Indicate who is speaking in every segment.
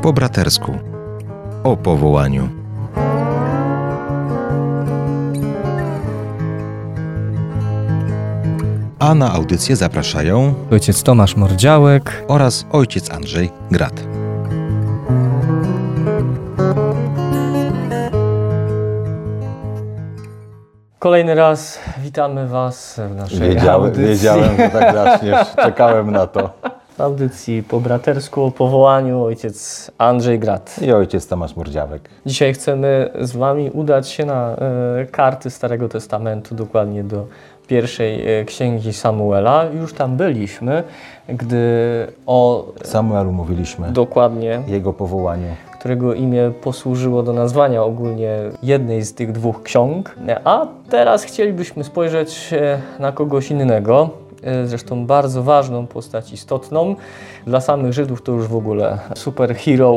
Speaker 1: Po bratersku. O powołaniu. A na audycję zapraszają
Speaker 2: ojciec Tomasz Mordziałek
Speaker 1: oraz ojciec Andrzej Grat.
Speaker 2: Kolejny raz witamy Was w naszej audycji.
Speaker 3: Wiedziałem, że tak zaczniesz. Czekałem na to.
Speaker 2: W audycji po bratersku o powołaniu ojciec Andrzej Grat.
Speaker 3: I ojciec Tomasz Mordziałek.
Speaker 2: Dzisiaj chcemy z Wami udać się na karty Starego Testamentu, dokładnie do pierwszej księgi Samuela. Już tam byliśmy, gdy o
Speaker 3: Samuelu mówiliśmy.
Speaker 2: Dokładnie.
Speaker 3: Jego powołaniu.
Speaker 2: Którego imię posłużyło do nazwania ogólnie jednej z tych dwóch ksiąg. A teraz chcielibyśmy spojrzeć na kogoś innego, zresztą bardzo ważną postać, istotną. Dla samych Żydów to już w ogóle superhero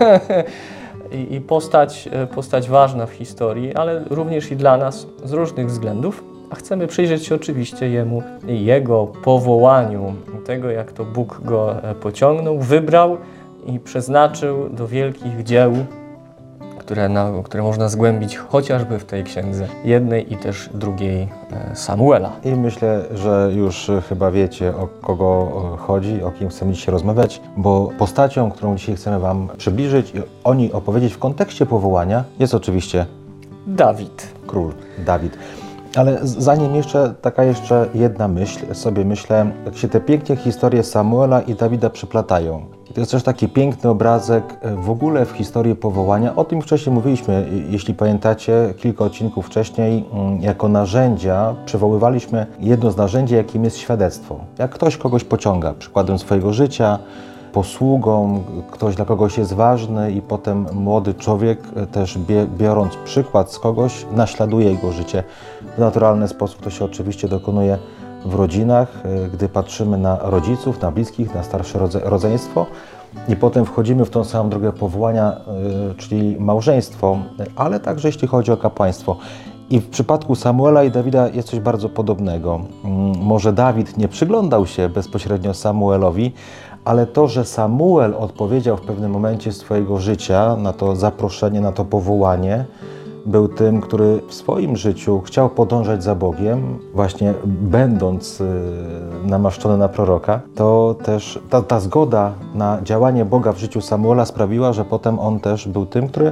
Speaker 2: i postać ważna w historii, ale również i dla nas z różnych względów. A chcemy przyjrzeć się oczywiście jemu i jego powołaniu, tego jak to Bóg go pociągnął, wybrał i przeznaczył do wielkich dzieł, które można zgłębić chociażby w tej księdze jednej i też drugiej Samuela.
Speaker 3: I myślę, że już chyba wiecie, o kogo chodzi, o kim chcemy dzisiaj rozmawiać, bo postacią, którą dzisiaj chcemy Wam przybliżyć i o niej opowiedzieć w kontekście powołania, jest oczywiście
Speaker 2: Dawid.
Speaker 3: Król Dawid. Ale zanim jeszcze jedna myśl, sobie myślę, jak się te piękne historie Samuela i Dawida przeplatają. To jest też taki piękny obrazek w ogóle w historii powołania. O tym wcześniej mówiliśmy, jeśli pamiętacie, kilka odcinków wcześniej, jako narzędzia przywoływaliśmy jedno z narzędzi, jakim jest świadectwo. Jak ktoś kogoś pociąga przykładem swojego życia, posługą, ktoś dla kogoś jest ważny i potem młody człowiek też biorąc przykład z kogoś, naśladuje jego życie. W naturalny sposób to się oczywiście dokonuje w rodzinach, gdy patrzymy na rodziców, na bliskich, na starsze rodzeństwo i potem wchodzimy w tą samą drogę powołania, czyli małżeństwo, ale także jeśli chodzi o kapłaństwo. I w przypadku Samuela i Dawida jest coś bardzo podobnego. Może Dawid nie przyglądał się bezpośrednio Samuelowi, ale to, że Samuel odpowiedział w pewnym momencie swojego życia na to zaproszenie, na to powołanie, był tym, który w swoim życiu chciał podążać za Bogiem, właśnie będąc namaszczony na proroka, to też ta zgoda na działanie Boga w życiu Samuela sprawiła, że potem on też był tym, który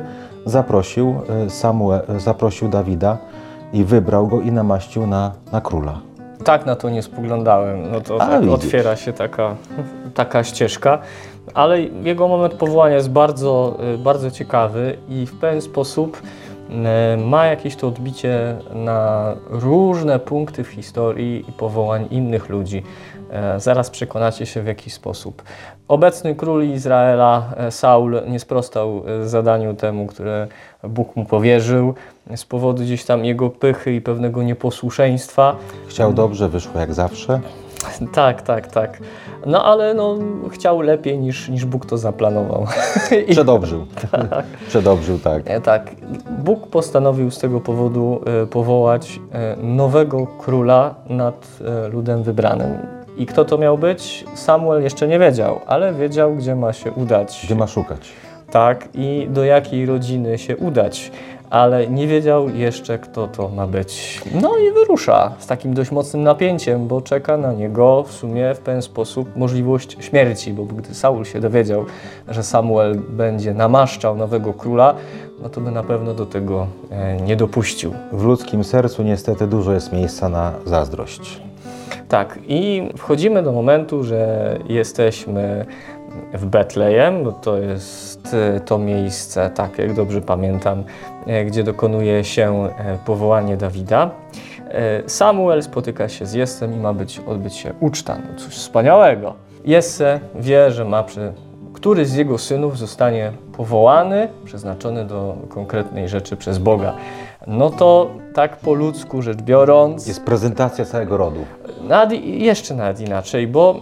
Speaker 3: zaprosił Dawida i wybrał go i namaścił na króla.
Speaker 2: Tak na to nie spoglądałem. No to tak otwiera się taka ścieżka, ale jego moment powołania jest bardzo, bardzo ciekawy i w pewien sposób ma jakieś to odbicie na różne punkty w historii i powołań innych ludzi. Zaraz przekonacie się w jaki sposób. Obecny król Izraela, Saul, nie sprostał zadaniu temu, które Bóg mu powierzył, z powodu gdzieś tam jego pychy i pewnego nieposłuszeństwa.
Speaker 3: Chciał dobrze, wyszło jak zawsze.
Speaker 2: Tak. No ale chciał lepiej niż Bóg to zaplanował.
Speaker 3: Przedobrzył.
Speaker 2: Tak.
Speaker 3: Przedobrzył, tak.
Speaker 2: Tak. Bóg postanowił z tego powodu powołać nowego króla nad ludem wybranym. I kto to miał być? Samuel jeszcze nie wiedział, ale wiedział, gdzie ma się udać.
Speaker 3: Gdzie ma szukać.
Speaker 2: Tak, i do jakiej rodziny się udać. Ale nie wiedział jeszcze, kto to ma być. No i wyrusza z takim dość mocnym napięciem, bo czeka na niego w sumie w pewien sposób możliwość śmierci, bo gdy Saul się dowiedział, że Samuel będzie namaszczał nowego króla, no to by na pewno do tego nie dopuścił.
Speaker 3: W ludzkim sercu niestety dużo jest miejsca na zazdrość.
Speaker 2: Tak, i wchodzimy do momentu, że jesteśmy w Betlejem, bo to jest to miejsce, tak jak dobrze pamiętam, gdzie dokonuje się powołanie Dawida. Samuel spotyka się z Jessem i ma odbyć się uczta. No coś wspaniałego. Jesse wie, że któryś z jego synów zostanie powołany, przeznaczony do konkretnej rzeczy przez Boga. No to tak po ludzku rzecz biorąc...
Speaker 3: Jest prezentacja całego rodu.
Speaker 2: Jeszcze nawet inaczej, bo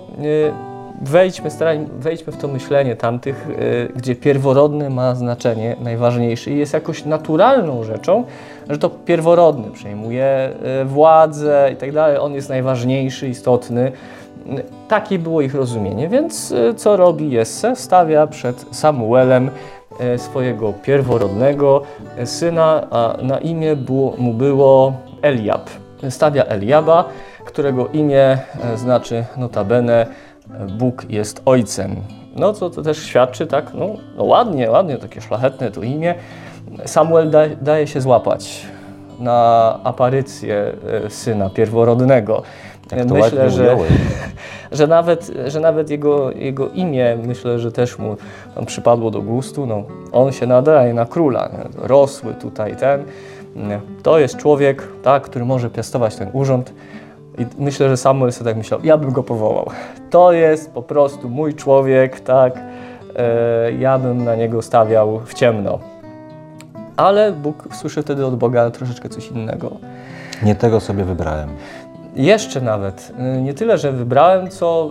Speaker 2: wejdźmy w to myślenie tamtych, gdzie pierworodny ma znaczenie najważniejsze i jest jakoś naturalną rzeczą, że to pierworodny przejmuje władzę i tak dalej, on jest najważniejszy, istotny. Takie było ich rozumienie, więc co robi Jesse? Stawia przed Samuelem swojego pierworodnego syna, a na imię mu było Eliab. Stawia Eliaba, którego imię znaczy notabene Bóg jest ojcem. No co to też świadczy, tak? No ładnie, takie szlachetne to imię. Samuel daje się złapać na aparycję syna pierworodnego.
Speaker 3: Myślę,
Speaker 2: że nawet jego imię, myślę, że też mu tam przypadło do gustu. No, on się nadaje na króla, nie? Rosły tutaj ten. Nie? To jest człowiek, tak, który może piastować ten urząd. I myślę, że Samuel sobie tak myślał, ja bym go powołał. To jest po prostu mój człowiek, tak, ja bym na niego stawiał w ciemno. Ale Bóg słyszy wtedy od Boga troszeczkę coś innego.
Speaker 3: Nie tego sobie wybrałem.
Speaker 2: Jeszcze nawet, nie tyle, że wybrałem, co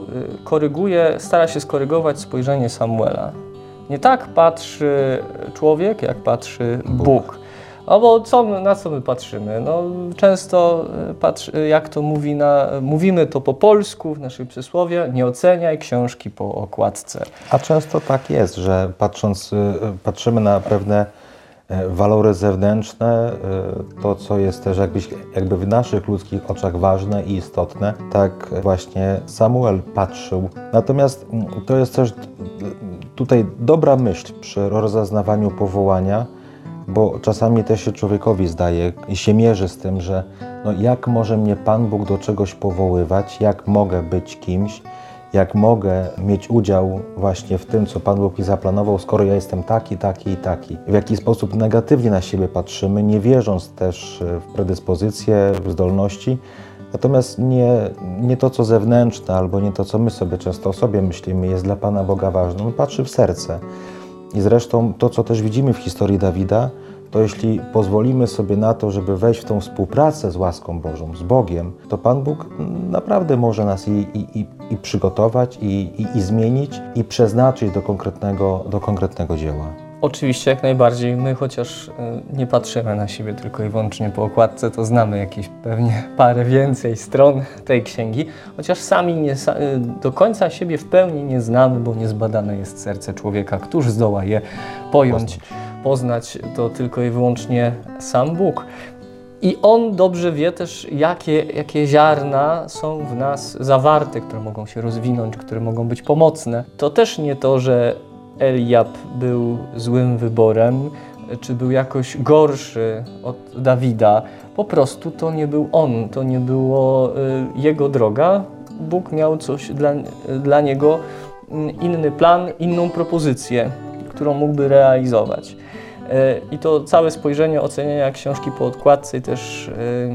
Speaker 2: stara się skorygować spojrzenie Samuela. Nie tak patrzy człowiek, jak patrzy Bóg. No bo na co my patrzymy? No, często jak to mówimy to po polsku w naszym przysłowie, nie oceniaj książki po okładce.
Speaker 3: A często tak jest, że patrzymy na pewne walory zewnętrzne, to co jest też jakby w naszych ludzkich oczach ważne i istotne, tak właśnie Samuel patrzył. Natomiast to jest też tutaj dobra myśl przy rozeznawaniu powołania, bo czasami też się człowiekowi zdaje i się mierzy z tym, że no jak może mnie Pan Bóg do czegoś powoływać, jak mogę być kimś, jak mogę mieć udział właśnie w tym, co Pan Bóg mi zaplanował, skoro ja jestem taki, taki i taki. W jaki sposób negatywnie na siebie patrzymy, nie wierząc też w predyspozycje, w zdolności, natomiast nie to, co zewnętrzne, albo nie to, co my sobie często o sobie myślimy, jest dla Pana Boga ważne. On patrzy w serce. I zresztą to, co też widzimy w historii Dawida, to jeśli pozwolimy sobie na to, żeby wejść w tą współpracę z łaską Bożą, z Bogiem, to Pan Bóg naprawdę może nas i przygotować, i zmienić, i przeznaczyć do konkretnego dzieła.
Speaker 2: Oczywiście, jak najbardziej. My chociaż nie patrzymy na siebie tylko i wyłącznie po okładce, to znamy jakieś pewnie parę więcej stron tej księgi, chociaż sami do końca siebie w pełni nie znamy, bo niezbadane jest serce człowieka. Któż zdoła je poznać to tylko i wyłącznie sam Bóg. I On dobrze wie też, jakie ziarna są w nas zawarte, które mogą się rozwinąć, które mogą być pomocne. To też nie to, że Eliab był złym wyborem, czy był jakoś gorszy od Dawida. Po prostu to nie był on, to nie było jego droga. Bóg miał coś dla niego, inny plan, inną propozycję, którą mógłby realizować. I to całe spojrzenie oceniania książki po okładce i też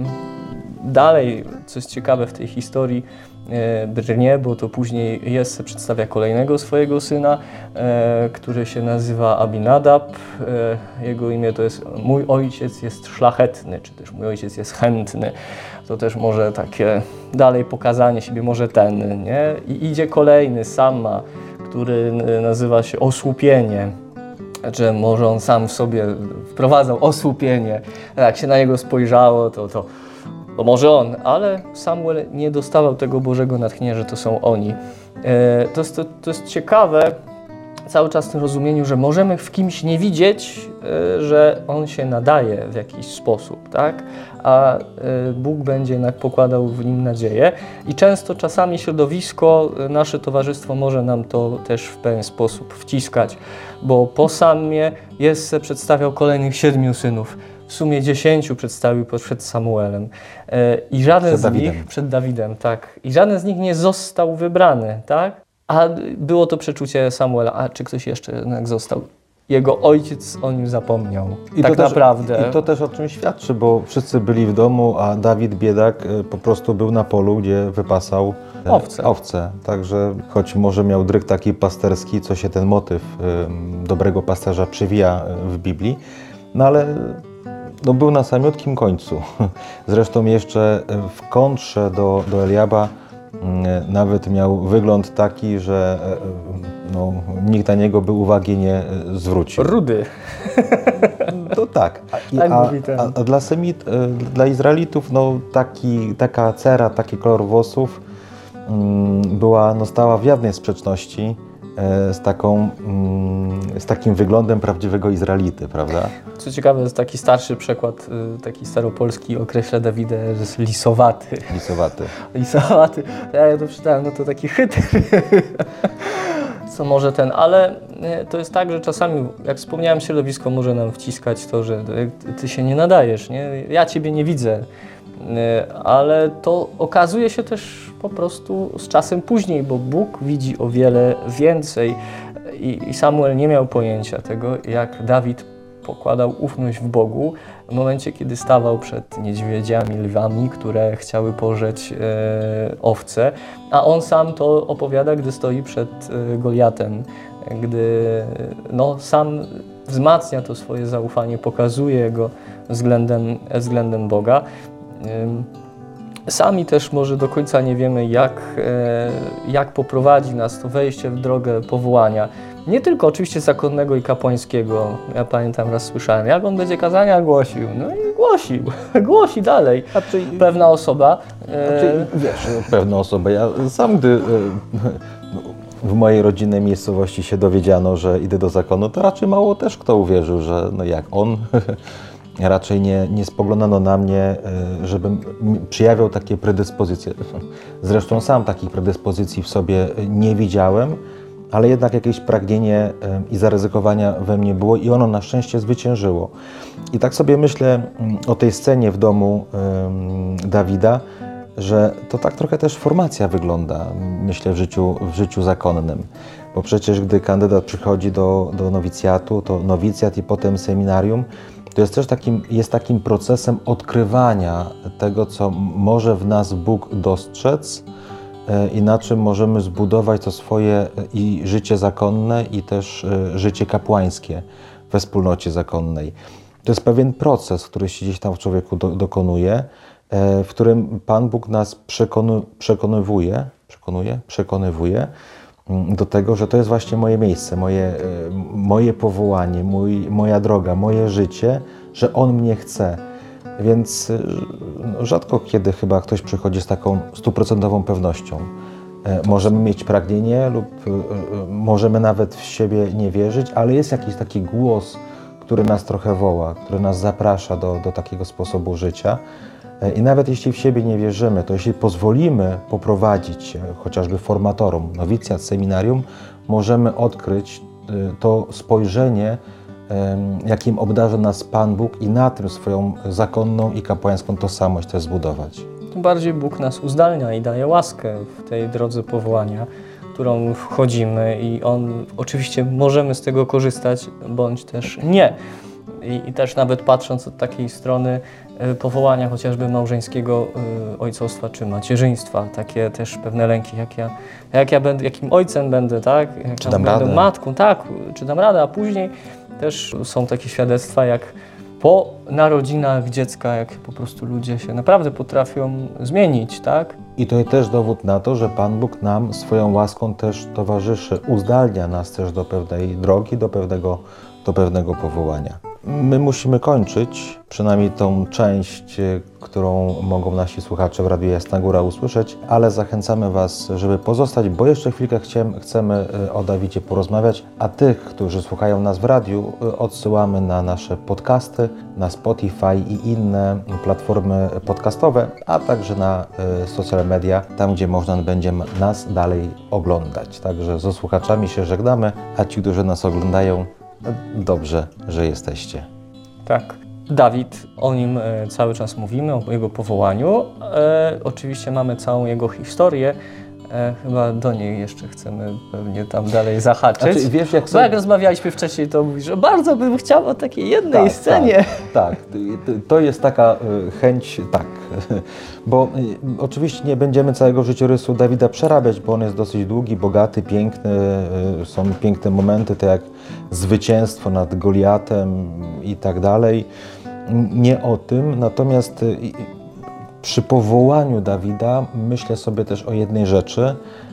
Speaker 2: dalej, co jest ciekawe w tej historii, brnie, bo to później Jesse przedstawia kolejnego swojego syna, który się nazywa Abinadab. Jego imię to jest mój ojciec jest szlachetny, czy też mój ojciec jest chętny. To też może takie dalej pokazanie siebie, może ten, nie? I idzie kolejny, Sama, który nazywa się Osłupienie. Że może on sam w sobie wprowadzał osłupienie. Jak się na niego spojrzało, to może on, ale Samuel nie dostawał tego Bożego natchnienia, że to są oni. To jest ciekawe cały czas w tym rozumieniu, że możemy w kimś nie widzieć, że on się nadaje w jakiś sposób, tak? A Bóg będzie jednak pokładał w nim nadzieję. I czasami środowisko, nasze towarzystwo może nam to też w pewien sposób wciskać, bo po Samie Jesse przedstawiał kolejnych 7 synów. W sumie 10 przedstawił przed Samuelem. I żaden z nich, przed Dawidem, tak. I żaden z nich nie został wybrany, tak? A było to przeczucie Samuela, a czy ktoś jeszcze jednak został? Jego ojciec o nim zapomniał. I
Speaker 3: to też o czym świadczy, bo wszyscy byli w domu, a Dawid, biedak, po prostu był na polu, gdzie wypasał owce. Także choć może miał dryg taki pasterski, co się ten motyw dobrego pasterza przewija w Biblii, no ale był na samiutkim końcu. Zresztą jeszcze w kontrze do Eliaba nawet miał wygląd taki, że nikt na niego by uwagi nie zwrócił.
Speaker 2: Rudy.
Speaker 3: To tak. A dla Izraelitów taka cera, taki kolor włosów stała w jawnej sprzeczności z takim wyglądem prawdziwego Izraelity, prawda?
Speaker 2: Co ciekawe, jest taki starszy przekład, taki staropolski określa Dawida, że jest lisowaty.
Speaker 3: Lisowaty.
Speaker 2: Lisowaty. Ja to czytałem, no to taki chytry. Co może ale to jest tak, że czasami, jak wspomniałem, środowisko może nam wciskać to, że ty się nie nadajesz, nie? Ja ciebie nie widzę. Ale to okazuje się też po prostu z czasem później, bo Bóg widzi o wiele więcej i Samuel nie miał pojęcia tego, jak Dawid pokładał ufność w Bogu w momencie, kiedy stawał przed niedźwiedziami, lwami, które chciały pożreć owce, a on sam to opowiada, gdy stoi przed Goliatem, gdy sam wzmacnia to swoje zaufanie, pokazuje go względem Boga. Sami też może do końca nie wiemy, jak poprowadzi nas to wejście w drogę powołania. Nie tylko oczywiście zakonnego i kapłańskiego. Ja pamiętam, raz słyszałem, jak on będzie kazania głosił. No i głosi dalej. Pewna osoba.
Speaker 3: Wiesz, pewna osoba. Ja sam, gdy w mojej rodzinnej miejscowości się dowiedziano, że idę do zakonu, to raczej mało też kto uwierzył, że jak on... Raczej nie spoglądano na mnie, żebym przejawiał takie predyspozycje. Zresztą sam takich predyspozycji w sobie nie widziałem, ale jednak jakieś pragnienie i zaryzykowania we mnie było i ono na szczęście zwyciężyło. I tak sobie myślę o tej scenie w domu Dawida, że to tak trochę też formacja wygląda, myślę, w życiu zakonnym. Bo przecież gdy kandydat przychodzi do nowicjatu, to nowicjat i potem seminarium, to jest też takim procesem odkrywania tego, co może w nas Bóg dostrzec i na czym możemy zbudować to swoje i życie zakonne, i też życie kapłańskie we wspólnocie zakonnej. To jest pewien proces, który się gdzieś tam w człowieku dokonuje, w którym Pan Bóg nas przekonywuje do tego, że to jest właśnie moje miejsce, moje powołanie, moja droga, moje życie, że On mnie chce. Więc rzadko kiedy chyba ktoś przychodzi z taką 100% pewnością. Możemy mieć pragnienie lub możemy nawet w siebie nie wierzyć, ale jest jakiś taki głos, który nas trochę woła, który nas zaprasza do takiego sposobu życia. I nawet jeśli w siebie nie wierzymy, to jeśli pozwolimy poprowadzić chociażby formatorom, nowicjat, seminarium, możemy odkryć to spojrzenie, jakim obdarza nas Pan Bóg i na tym swoją zakonną i kapłańską tożsamość też zbudować.
Speaker 2: Tym bardziej Bóg nas uzdalnia i daje łaskę w tej drodze powołania, którą wchodzimy i oczywiście możemy z tego korzystać, bądź też nie. I też nawet patrząc od takiej strony powołania chociażby małżeńskiego ojcostwa czy macierzyństwa, takie też pewne lęki, jak ja będę, jakim ojcem będę, tak?
Speaker 3: Czy dam radę?
Speaker 2: Matką, tak, czy dam radę, a później też są takie świadectwa, jak po narodzinach dziecka, jak po prostu ludzie się naprawdę potrafią zmienić, tak?
Speaker 3: I to jest też dowód na to, że Pan Bóg nam swoją łaską też towarzyszy, uzdalnia nas też do pewnej drogi, do pewnego powołania. My musimy kończyć, przynajmniej tą część, którą mogą nasi słuchacze w Radiu Jasna Góra usłyszeć, ale zachęcamy Was, żeby pozostać, bo jeszcze chwilkę chcemy o Dawidzie porozmawiać, a tych, którzy słuchają nas w radiu, odsyłamy na nasze podcasty, na Spotify i inne platformy podcastowe, a także na social media, tam gdzie można będzie nas dalej oglądać. Także ze słuchaczami się żegnamy, a ci, którzy nas oglądają, dobrze, że jesteście.
Speaker 2: Tak. Dawid, o nim cały czas mówimy, o jego powołaniu. Oczywiście mamy całą jego historię. Chyba do niej jeszcze chcemy pewnie tam dalej zahaczyć.
Speaker 3: Znaczy, wiesz,
Speaker 2: Bo jak rozmawialiśmy wcześniej, to mówisz, że bardzo bym chciał o takiej jednej scenie.
Speaker 3: Tak. To jest taka chęć, tak. Bo oczywiście nie będziemy całego życiorysu Dawida przerabiać, bo on jest dosyć długi, bogaty, piękny. Są piękne momenty, tak jak zwycięstwo nad Goliatem i tak dalej. Nie o tym, natomiast przy powołaniu Dawida myślę sobie też o jednej rzeczy,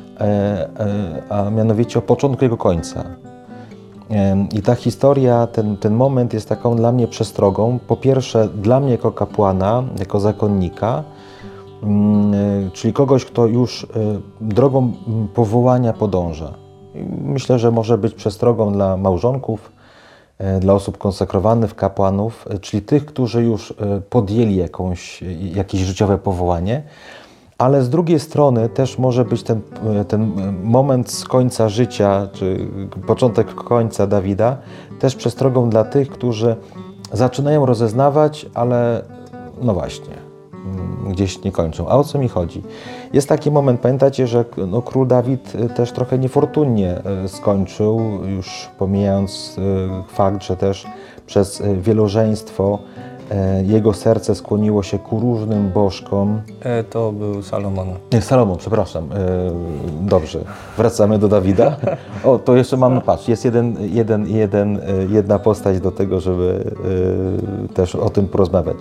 Speaker 3: a mianowicie o początku jego końca. I ta historia, ten moment jest taką dla mnie przestrogą. Po pierwsze, dla mnie jako kapłana, jako zakonnika, czyli kogoś, kto już drogą powołania podąża. I myślę, że może być przestrogą dla małżonków, dla osób konsekrowanych, kapłanów, czyli tych, którzy już podjęli jakieś życiowe powołanie, ale z drugiej strony też może być ten moment z końca życia, czy początek końca Dawida, też przestrogą dla tych, którzy zaczynają rozeznawać, ale no właśnie, gdzieś nie kończą. A o co mi chodzi? Jest taki moment, pamiętacie, że król Dawid też trochę niefortunnie skończył, już pomijając fakt, że też przez wielożeństwo jego serce skłoniło się ku różnym bożkom.
Speaker 2: To był Salomon.
Speaker 3: Nie, Salomon, przepraszam. Dobrze, wracamy do Dawida. O, to jeszcze mamy, patrz, jest jedna postać do tego, żeby też o tym porozmawiać.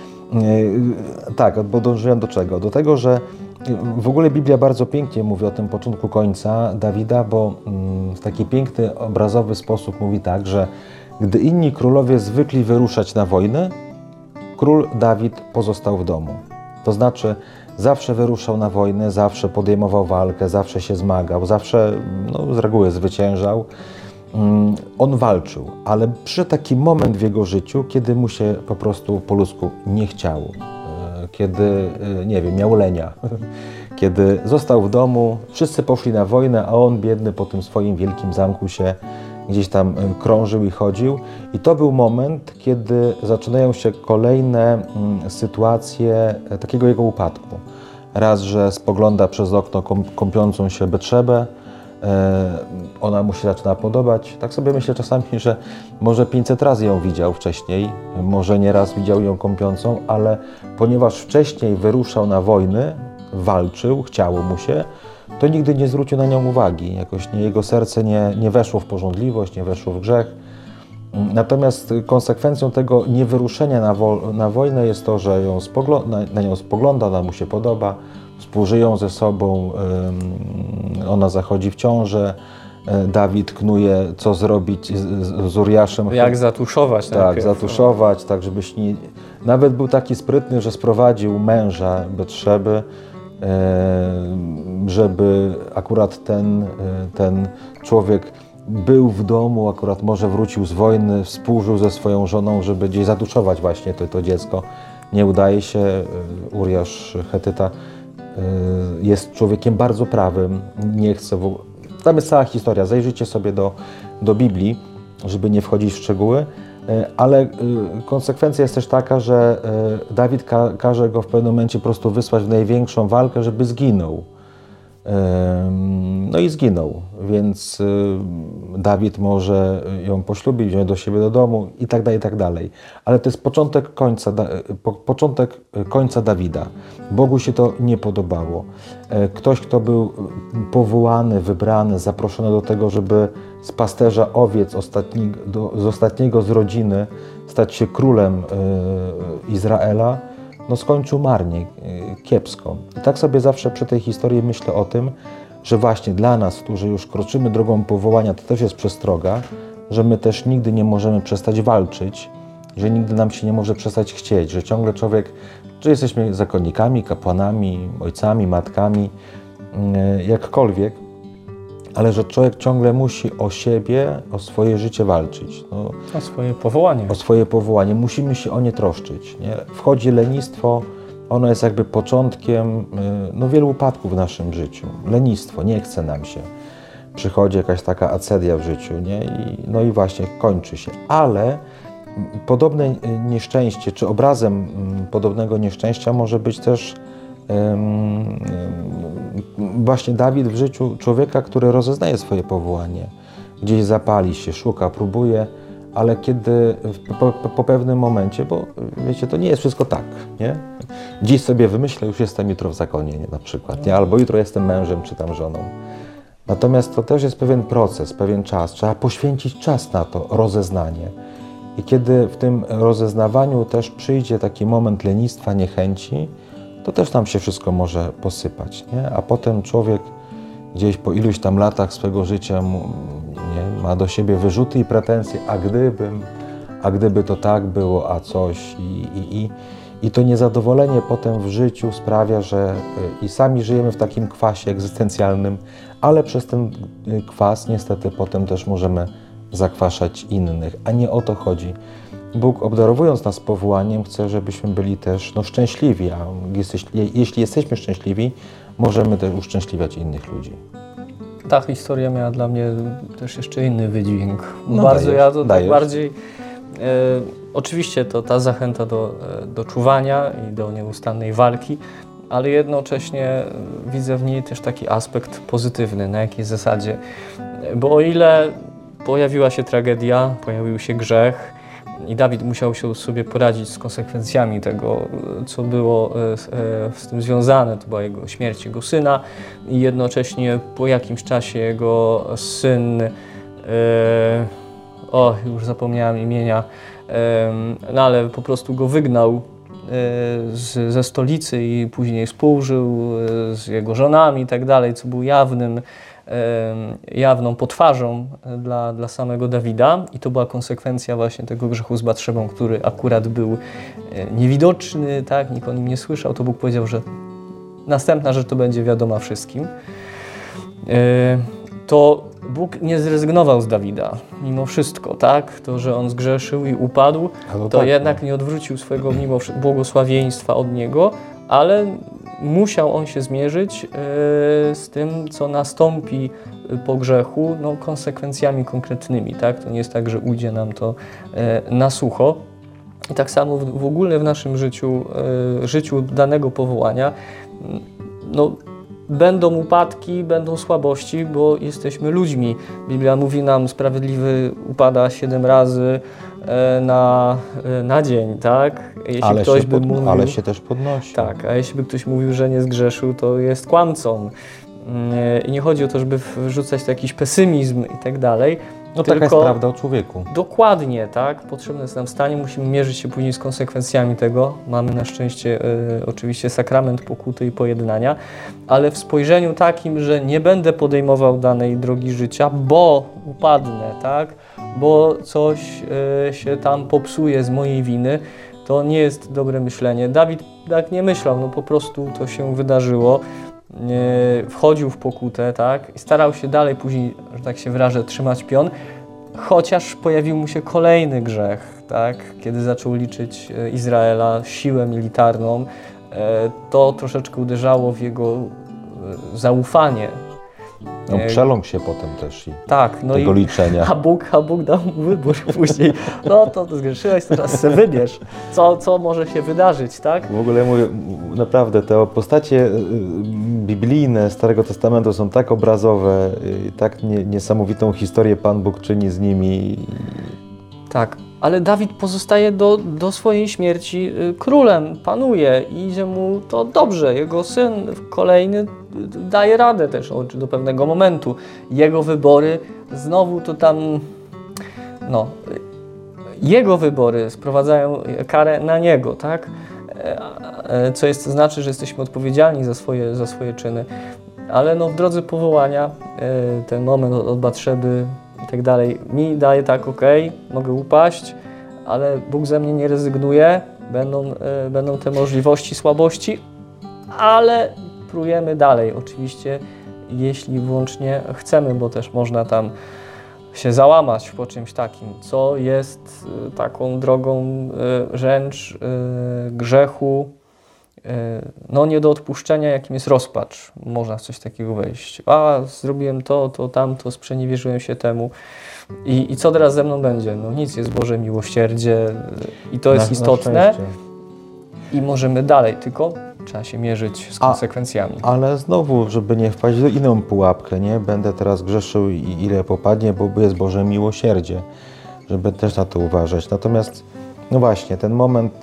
Speaker 3: Tak, bo dążyłem do czego? Do tego, że w ogóle Biblia bardzo pięknie mówi o tym początku końca Dawida, bo w taki piękny, obrazowy sposób mówi tak, że gdy inni królowie zwykli wyruszać na wojnę, król Dawid pozostał w domu. To znaczy zawsze wyruszał na wojnę, zawsze podejmował walkę, zawsze się zmagał, zawsze z reguły zwyciężał. On walczył, ale przyszedł taki moment w jego życiu, kiedy mu się po prostu po ludzku nie chciało. Kiedy, nie wiem, miał lenia. Kiedy został w domu, wszyscy poszli na wojnę, a on biedny po tym swoim wielkim zamku się gdzieś tam krążył i chodził. I to był moment, kiedy zaczynają się kolejne sytuacje takiego jego upadku. Raz, że spogląda przez okno kąpiącą się Betrzebę, ona mu się zaczyna podobać. Tak sobie myślę czasami, że może 500 razy ją widział wcześniej, może nieraz widział ją kąpiącą, ale ponieważ wcześniej wyruszał na wojny, walczył, chciało mu się, to nigdy nie zwrócił na nią uwagi. Jakoś jego serce nie weszło w pożądliwość, nie weszło w grzech. Natomiast konsekwencją tego niewyruszenia na wojnę jest to, że na nią spogląda, ona mu się podoba, współżyją ze sobą, ona zachodzi w ciążę, Dawid knuje, co zrobić z Uriaszem.
Speaker 2: Jak zatuszować
Speaker 3: tak,
Speaker 2: najpierw.
Speaker 3: zatuszować, tak żebyś nie... Nawet był taki sprytny, że sprowadził męża Betrzeby, żeby akurat ten człowiek był w domu, akurat może wrócił z wojny, współżył ze swoją żoną, żeby gdzieś zatuszować właśnie to dziecko. Nie udaje się, Uriasz Chetyta jest człowiekiem bardzo prawym, nie chce w ogóle... Tam jest cała historia, zajrzyjcie sobie do Biblii, żeby nie wchodzić w szczegóły, ale konsekwencja jest też taka, że Dawid każe go w pewnym momencie po prostu wysłać w największą walkę, żeby zginął. No i zginął, więc Dawid może ją poślubić, wziąć do siebie do domu i tak dalej. Ale to jest początek końca Dawida. Bogu się to nie podobało. Ktoś, kto był powołany, wybrany, zaproszony do tego, żeby z pasterza owiec z ostatniego z rodziny stać się królem Izraela, skończył marnie, kiepsko. I tak sobie zawsze przy tej historii myślę o tym, że właśnie dla nas, którzy już kroczymy drogą powołania, to też jest przestroga, że my też nigdy nie możemy przestać walczyć, że nigdy nam się nie może przestać chcieć, że ciągle człowiek, czy jesteśmy zakonnikami, kapłanami, ojcami, matkami, jakkolwiek, ale że człowiek ciągle musi o siebie, o swoje życie walczyć.
Speaker 2: O swoje powołanie.
Speaker 3: O swoje powołanie. Musimy się o nie troszczyć. Nie? Wchodzi lenistwo, ono jest jakby początkiem wielu upadków w naszym życiu. Lenistwo, nie chce nam się. Przychodzi jakaś taka acedia w życiu, nie? I właśnie kończy się. Ale podobne nieszczęście, czy obrazem podobnego nieszczęścia może być też właśnie Dawid w życiu człowieka, który rozeznaje swoje powołanie. Gdzieś zapali się, szuka, próbuje, ale kiedy po pewnym momencie, bo wiecie, to nie jest wszystko tak, nie? Dziś sobie wymyślę, już jestem jutro w zakonie, nie? Na przykład, nie? Albo jutro jestem mężem czy tam żoną. Natomiast to też jest pewien proces, pewien czas. Trzeba poświęcić czas na to rozeznanie. I kiedy w tym rozeznawaniu też przyjdzie taki moment lenistwa, niechęci, to też nam się wszystko może posypać, nie? A potem człowiek gdzieś po iluś tam latach swego życia ma do siebie wyrzuty i pretensje, a gdyby to tak było, a coś I to niezadowolenie potem w życiu sprawia, że i sami żyjemy w takim kwasie egzystencjalnym, ale przez ten kwas niestety potem też możemy zakwaszać innych, a nie o to chodzi. Bóg, obdarowując nas powołaniem, chce, żebyśmy byli też szczęśliwi, a jeśli jesteśmy szczęśliwi, możemy też uszczęśliwiać innych ludzi.
Speaker 2: Ta historia miała dla mnie też jeszcze inny wydźwięk.
Speaker 3: No
Speaker 2: Bardzo
Speaker 3: dajesz,
Speaker 2: ja to
Speaker 3: dajesz.
Speaker 2: tak bardziej... oczywiście to ta zachęta do czuwania i do nieustannej walki, ale jednocześnie widzę w niej też taki aspekt pozytywny, na jakiej zasadzie. Bo o ile pojawiła się tragedia, pojawił się grzech i Dawid musiał się sobie poradzić z konsekwencjami tego, co było z tym związane, to była jego śmierć jego syna i jednocześnie po jakimś czasie jego syn, już zapomniałem imienia, no ale po prostu go wygnał ze stolicy i później współżył z jego żonami i tak dalej, co był jawną potwarzą dla samego Dawida i to była konsekwencja właśnie tego grzechu z Batszebą, który akurat był niewidoczny, tak, nikt o nim nie słyszał, to Bóg powiedział, że następna rzecz to będzie wiadoma wszystkim. To Bóg nie zrezygnował z Dawida, mimo wszystko, tak? To, że on zgrzeszył i upadł, to
Speaker 3: tak,
Speaker 2: jednak nie odwrócił swojego błogosławieństwa od niego, ale musiał on się zmierzyć z tym, co nastąpi po grzechu, no, konsekwencjami konkretnymi, tak? To nie jest tak, że ujdzie nam to na sucho. I tak samo w ogóle w naszym życiu danego powołania, no, będą upadki, będą słabości, bo jesteśmy ludźmi. Biblia mówi nam, sprawiedliwy upada 7 razy na dzień, tak? Jeśli
Speaker 3: ale się też podnosi.
Speaker 2: Tak, a jeśli by ktoś mówił, że nie zgrzeszył, to jest kłamcą. I nie chodzi o to, żeby wrzucać to jakiś pesymizm i tak dalej.
Speaker 3: No taka jest prawda o człowieku.
Speaker 2: Dokładnie, tak. Potrzebne jest nam stanie, musimy mierzyć się później z konsekwencjami tego. Mamy na szczęście oczywiście sakrament pokuty i pojednania, ale w spojrzeniu takim, że nie będę podejmował danej drogi życia, bo upadnę, tak, bo coś się tam popsuje z mojej winy, to nie jest dobre myślenie. Dawid tak nie myślał, no po prostu to się wydarzyło. Wchodził w pokutę, tak, i starał się dalej później, że tak się wyrażę, trzymać pion, chociaż pojawił mu się kolejny grzech, tak, kiedy zaczął liczyć Izraela siłę militarną, to troszeczkę uderzało w jego zaufanie.
Speaker 3: No, przeląkł się potem też i
Speaker 2: tak, no
Speaker 3: tego liczenia.
Speaker 2: A Bóg dał mu wybór później. No to zgrzeszyłeś, teraz sobie wybierz, co może się wydarzyć, tak?
Speaker 3: W ogóle mówię, naprawdę te postacie biblijne Starego Testamentu są tak obrazowe, tak niesamowitą historię Pan Bóg czyni z nimi.
Speaker 2: Tak, ale Dawid pozostaje do swojej śmierci królem, panuje i idzie mu to dobrze. Jego syn kolejny daje radę też do pewnego momentu. Jego wybory, znowu to tam, no, jego wybory sprowadzają karę na niego, tak? Co znaczy, że jesteśmy odpowiedzialni za swoje czyny. Ale no, w drodze powołania ten moment od Batszeby i tak dalej mi daje tak, okej, mogę upaść, ale Bóg ze mnie nie rezygnuje, będą te możliwości, słabości, ale próbujemy dalej, oczywiście, jeśli wyłącznie chcemy, bo też można tam się załamać po czymś takim, co jest taką drogą wręcz grzechu, no nie do odpuszczenia, jakim jest rozpacz. Można w coś takiego wejść. A, zrobiłem to, tamto, sprzeniewierzyłem się temu. I co teraz ze mną będzie? No nic, jest Boże miłosierdzie i to jest istotne. I możemy dalej, tylko trzeba się mierzyć z konsekwencjami.
Speaker 3: Ale znowu, żeby nie wpaść w inną pułapkę, nie? Będę teraz grzeszył i ile popadnie, bo jest Boże miłosierdzie. Żeby też na to uważać. Natomiast, no właśnie, ten moment...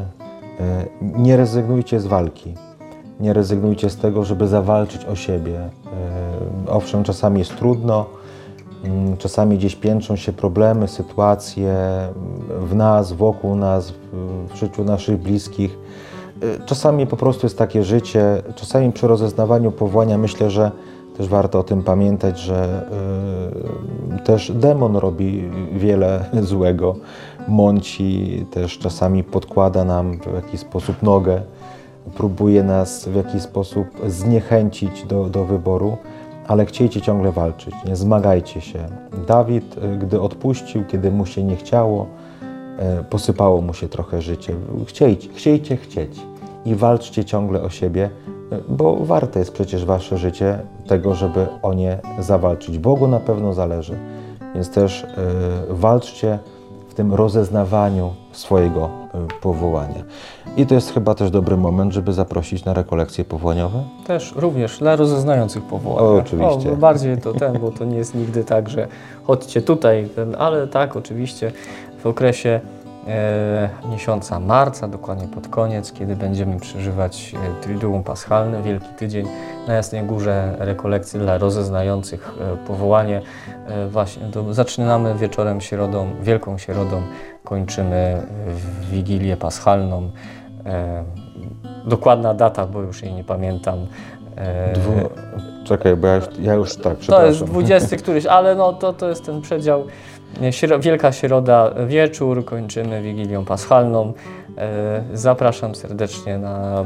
Speaker 3: Nie rezygnujcie z walki. Nie rezygnujcie z tego, żeby zawalczyć o siebie. Owszem, czasami jest trudno, czasami gdzieś piętrzą się problemy, sytuacje w nas, wokół nas, w życiu naszych bliskich. Czasami po prostu jest takie życie, czasami przy rozeznawaniu powołania myślę, że też warto o tym pamiętać, że też demon robi wiele złego. mąci, też czasami podkłada nam w jakiś sposób nogę, próbuje nas w jakiś sposób zniechęcić do wyboru, ale chciejcie ciągle walczyć, nie zmagajcie się. Dawid, gdy odpuścił, kiedy mu się nie chciało, posypało mu się trochę życie. Chciejcie chcieć i walczcie ciągle o siebie, bo warte jest przecież wasze życie tego, żeby o nie zawalczyć. Bogu na pewno zależy, więc też walczcie w tym rozeznawaniu swojego powołania. I to jest chyba też dobry moment, żeby zaprosić na rekolekcje powołaniowe?
Speaker 2: Też również dla rozeznających powołania.
Speaker 3: Oczywiście.
Speaker 2: Bardziej to bo to nie jest nigdy tak, że chodźcie tutaj, ale tak, oczywiście w okresie miesiąca marca, dokładnie pod koniec, kiedy będziemy przeżywać Triduum Paschalne, Wielki Tydzień na Jasnej Górze, rekolekcje dla rozeznających powołanie. Właśnie zaczynamy wieczorem środą, Wielką Środą, kończymy Wigilię Paschalną. Dokładna data, bo już jej nie pamiętam.
Speaker 3: Czekaj, bo ja już tak, przepraszam.
Speaker 2: To jest 20 któryś, ale no to jest ten przedział. Wielka Środa wieczór, kończymy Wigilią Paschalną. Zapraszam serdecznie na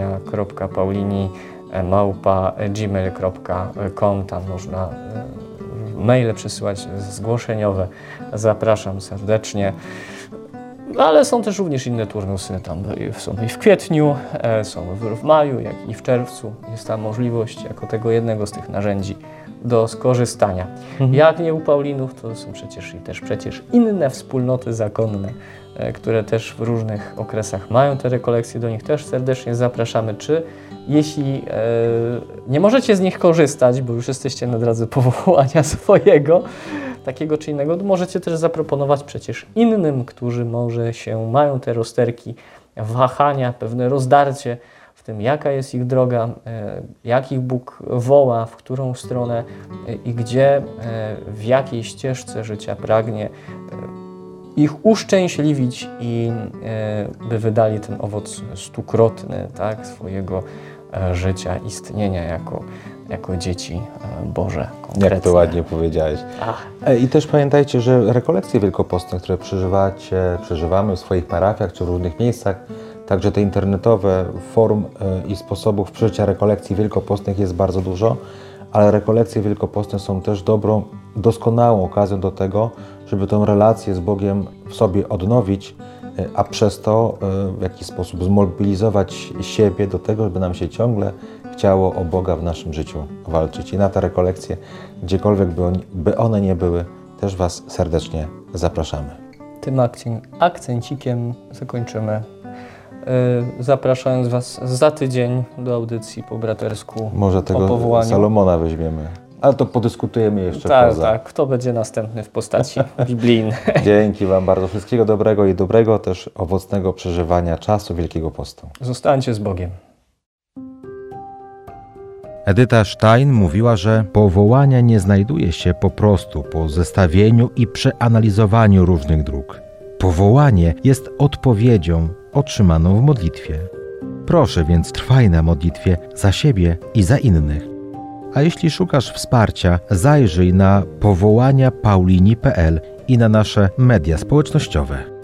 Speaker 2: powołania.paulini@gmail.com. Tam można maile przesyłać zgłoszeniowe. Zapraszam serdecznie. Ale są też również inne turnusy, tam są i w kwietniu, są w maju, jak i w czerwcu. Jest ta możliwość jako tego jednego z tych narzędzi do skorzystania. Jak nie u Paulinów, to są przecież inne wspólnoty zakonne, które też w różnych okresach mają te rekolekcje, do nich też serdecznie zapraszamy. Jeśli nie możecie z nich korzystać, bo już jesteście na drodze powołania swojego, takiego czy innego, to możecie też zaproponować przecież innym, którzy mają te rozterki, wahania, pewne rozdarcie w tym, jaka jest ich droga, jak ich Bóg woła, w którą stronę i gdzie, w jakiej ścieżce życia pragnie ich uszczęśliwić i by wydali ten owoc stukrotny, tak, swojego życia, istnienia jako dzieci Boże. Konkretne.
Speaker 3: Jak to ładnie powiedziałeś. I też pamiętajcie, że rekolekcje wielkopostne, które przeżywamy w swoich parafiach czy w różnych miejscach, także te internetowe form i sposobów przeżycia rekolekcji wielkopostnych jest bardzo dużo, ale rekolekcje wielkopostne są też doskonałą okazją do tego, żeby tę relację z Bogiem w sobie odnowić, a przez to w jakiś sposób zmobilizować siebie do tego, żeby nam się ciągle chciało o Boga w naszym życiu walczyć. I na te rekolekcje, gdziekolwiek by one nie były, też Was serdecznie zapraszamy.
Speaker 2: Tym akcencikiem zakończymy, zapraszając Was za tydzień do audycji po bratersku.
Speaker 3: Może tego
Speaker 2: o powołaniu.
Speaker 3: Salomona weźmiemy, ale to podyskutujemy jeszcze poza.
Speaker 2: Tak, kto będzie następny w postaci biblijnej.
Speaker 3: Dzięki Wam bardzo, wszystkiego dobrego i dobrego też owocnego przeżywania czasu Wielkiego Postu.
Speaker 2: Zostańcie z Bogiem.
Speaker 1: Edyta Stein mówiła, że powołania nie znajduje się po prostu po zestawieniu i przeanalizowaniu różnych dróg. Powołanie jest odpowiedzią otrzymaną w modlitwie. Proszę więc trwaj na modlitwie za siebie i za innych. A jeśli szukasz wsparcia, zajrzyj na powołaniapaulini.pl i na nasze media społecznościowe.